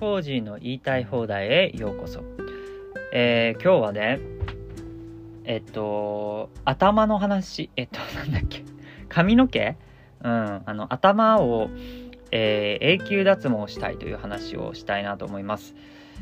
コージーの言いたい放題へようこそ。今日はね頭の話なんだっけ、髪の毛、頭を、永久脱毛したいという話をしたいなと思います。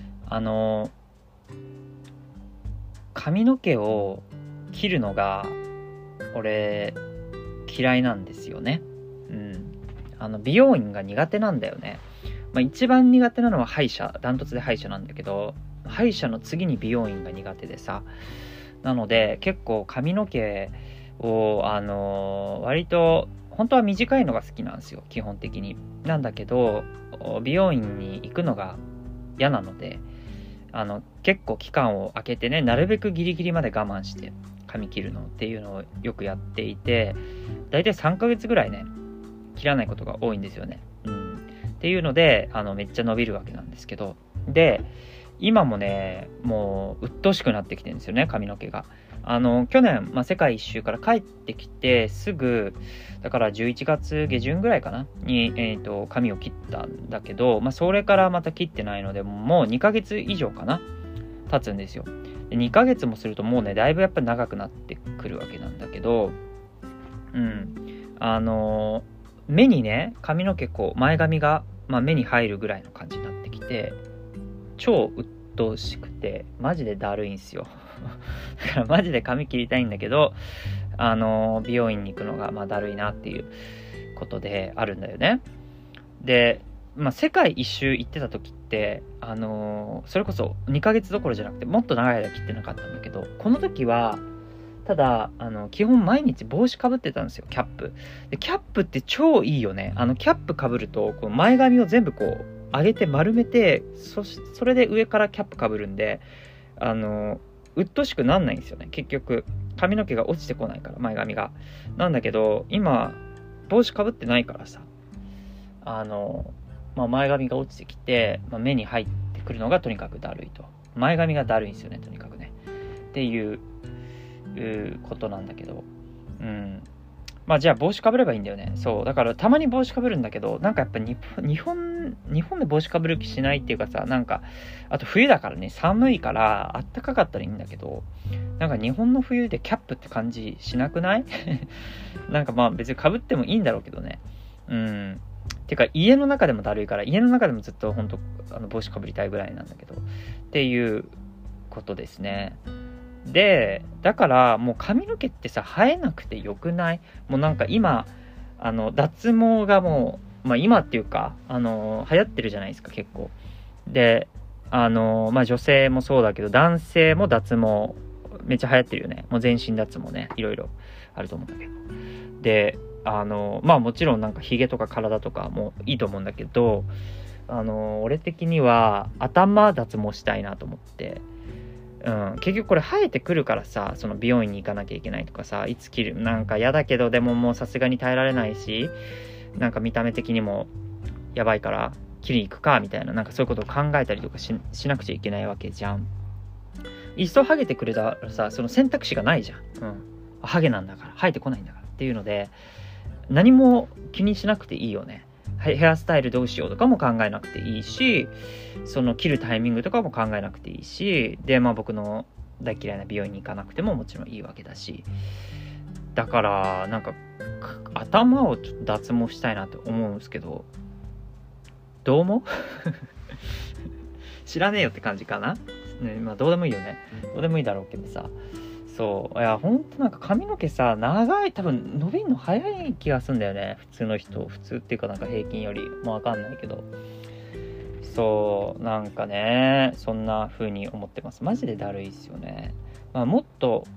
髪の毛を切るのが俺嫌いなんですよね。美容院が苦手なんだよね。一番苦手なのは歯医者、ダントツで歯医者なんだけど、歯医者の次に美容院が苦手でさ、なので結構髪の毛を割と本当は短いのが好きなんですよ、基本的に。なんだけど美容院に行くのが嫌なので、結構期間を空けてね、なるべくギリギリまで我慢して髪切るのっていうのをよくやっていて、だいたい3ヶ月ぐらいね切らないことが多いんですよね。っていうのでめっちゃ伸びるわけなんですけど、で今もねもう鬱陶しくなってきてるんですよね、髪の毛が。去年、世界一周から帰ってきてすぐだから11月下旬ぐらいかなに、髪を切ったんだけど、それからまた切ってないのでもう2ヶ月以上かな経つんですよ。で2ヶ月もするともうねだいぶやっぱ長くなってくるわけなんだけど、目にね髪の毛こう前髪が、目に入るぐらいの感じになってきて超鬱陶しくてマジでだるいんすよだからマジで髪切りたいんだけど美容院に行くのがだるいなっていうことであるんだよね。で世界一周行ってた時ってそれこそ2ヶ月どころじゃなくてもっと長い間切ってなかったんだけど、この時はただ基本毎日帽子かぶってたんですよ、キャップで。キャップって超いいよね。キャップかぶるとこう前髪を全部こう上げて丸めて、それで上からキャップかぶるんでうっとしくなんないんですよね。結局髪の毛が落ちてこないから前髪が。なんだけど今帽子かぶってないからさ前髪が落ちてきて、目に入ってくるのがとにかくだるいと。前髪がだるいんですよね、とにかくねっていうことなんだけど、じゃあ帽子かぶればいいんだよね。そうだからたまに帽子かぶるんだけど、なんかやっぱ日本で帽子かぶる気しないっていうかさ、なんかあと冬だからね、寒いからあったかかったらいいんだけど、なんか日本の冬でキャップって感じしなくないなんか別にかぶってもいいんだろうけどね。てか家の中でもだるいから、家の中でもずっと本当帽子かぶりたいぐらいなんだけどっていうことですね。でだからもう髪の毛ってさ生えなくてよくない？もうなんか今脱毛がもう、今っていうか流行ってるじゃないですか結構。で女性もそうだけど男性も脱毛めっちゃ流行ってるよね。もう全身脱毛ね、いろいろあると思うんだけど。でもちろんなんかヒゲとか体とかもいいと思うんだけど、俺的には頭脱毛したいなと思って。結局これ生えてくるからさ、その美容院に行かなきゃいけないとかさ、いつ切るなんか嫌だけど、でももうさすがに耐えられないし、なんか見た目的にもやばいから切りに行くかみたいな、なんかそういうことを考えたりとか しなくちゃいけないわけじゃん。いっそハゲてくれたらさ、その選択肢がないじゃん。ハゲなんだから生えてこないんだからっていうので、何も気にしなくていいよね。ヘアスタイルどうしようとかも考えなくていいし、その切るタイミングとかも考えなくていいし、で僕の大嫌いな美容院に行かなくてももちろんいいわけだし、だからなんか頭をちょっと脱毛したいなって思うんですけど、どう思う知らねえよって感じかな、どうでもいいよね。どうでもいいだろうけどさ、そういやほんとなんか髪の毛さ長い、多分伸びるの早い気がするんだよね、普通の人。普通っていうかなんか平均よりもわかんないけど、そうなんかねそんな風に思ってます。マジでだるいっすよね。もっと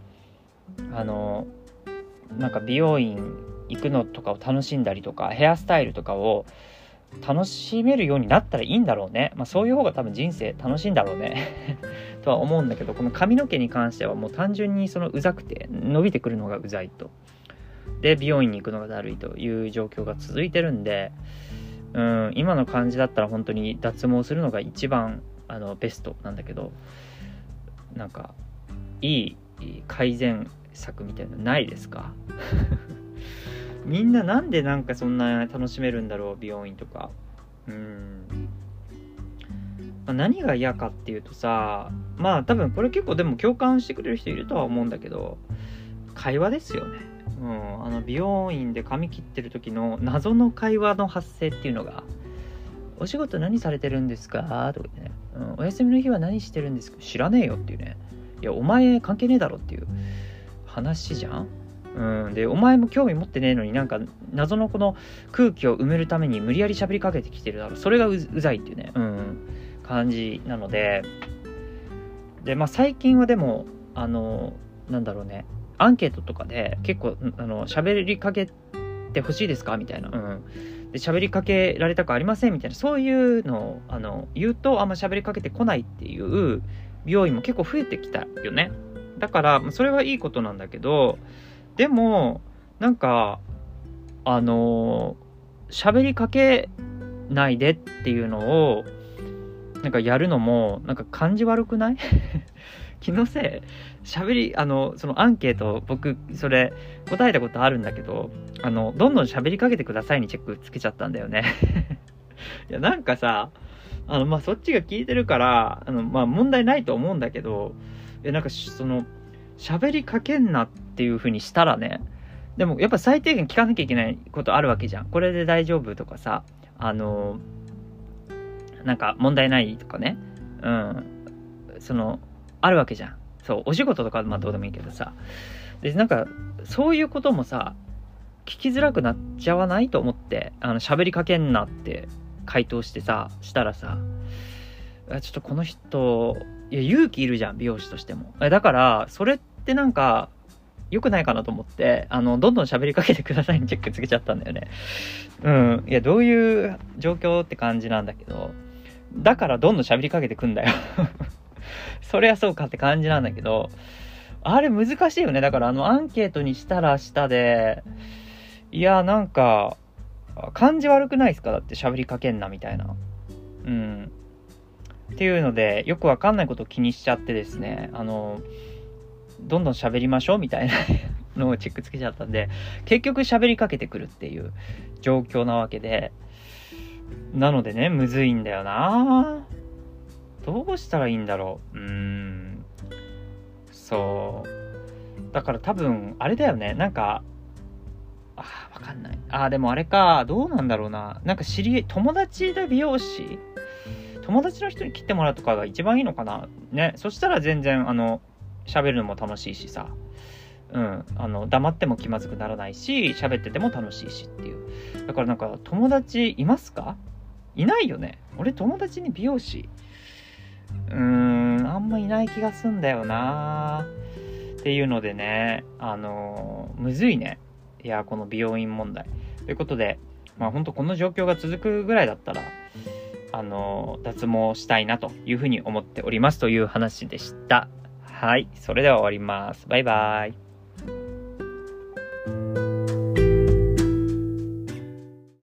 なんか美容院行くのとかを楽しんだりとかヘアスタイルとかを楽しめるようになったらいいんだろうね。そういう方が多分人生楽しいんだろうねとは思うんだけど、この髪の毛に関してはもう単純にそのうざくて伸びてくるのがうざいと、で美容院に行くのがだるいという状況が続いてるんで、今の感じだったら本当に脱毛するのが一番ベストなんだけど、なんかいい改善策みたいなのないですかみんななんでなんかそんな楽しめるんだろう、美容院とか。 何が嫌かっていうとさ、まあ多分これ結構でも共感してくれる人いるとは思うんだけど、会話ですよね。美容院で髪切ってる時の謎の会話の発生っていうのが、お仕事何されてるんですかとか言ってね、お休みの日は何してるんですか、知らねえよっていうね、いやお前関係ねえだろっていう話じゃん。でお前も興味持ってねえのになんか謎のこの空気を埋めるために無理やり喋りかけてきてるだろ、それがうざいっていうね、感じなので、まあ最近はでもなんだろうね、アンケートとかで結構喋りかけてほしいですかみたいな、で喋りかけられたくありませんみたいな、そういうのを言うとあんま喋りかけてこないっていう美容院も結構増えてきたよね。だからそれはいいことなんだけど、でもなんか喋りかけないでっていうのをなんかやるのもなんか感じ悪くない？気のせい、喋りそのアンケート僕それ答えたことあるんだけど、どんどん喋りかけてくださいにチェックつけちゃったんだよね。いやなんかさ、まあそっちが聞いてるからまあ問題ないと思うんだけど、なんかその喋りかけんなっていう風にしたらね、でもやっぱ最低限聞かなきゃいけないことあるわけじゃん。これで大丈夫とかさ、なんか問題ないとかね、そのあるわけじゃん。そうお仕事とかまあどうでもいいけどさ、でなんかそういうこともさ聞きづらくなっちゃわないと思って、喋りかけんなって回答してさ、したらさ、ちょっとこの人いや勇気いるじゃん美容師としても。だからそれってなんか良くないかなと思って、どんどん喋りかけてくださいにチェックつけちゃったんだよね。いやどういう状況って感じなんだけど、だからどんどん喋りかけてくんだよ。そりゃそうかって感じなんだけど、あれ難しいよね。だからアンケートにしたら下で、いやなんか感じ悪くないですか、だって喋りかけんなみたいな、っていうのでよくわかんないことを気にしちゃってですね、どんどん喋りましょうみたいなのをチェックつけちゃったんで、結局喋りかけてくるっていう状況なわけで、なのでね、むずいんだよな。どうしたらいいんだろう。そうだから多分あれだよね、なんかわかんない。でもあれか、どうなんだろうな。なんか友達で美容師、友達の人に切ってもらうとかが一番いいのかなね。そしたら全然喋るのも楽しいしさ、黙っても気まずくならないし、喋ってても楽しいしっていう。だからなんか友達いますか？いないよね。俺友達に美容師あんまいない気がすんだよなっていうのでね、むずいね。いやこの美容院問題ということで、まあ本当この状況が続くぐらいだったら脱毛したいなというふうに思っておりますという話でした。はい、それでは終わります。バイバイ。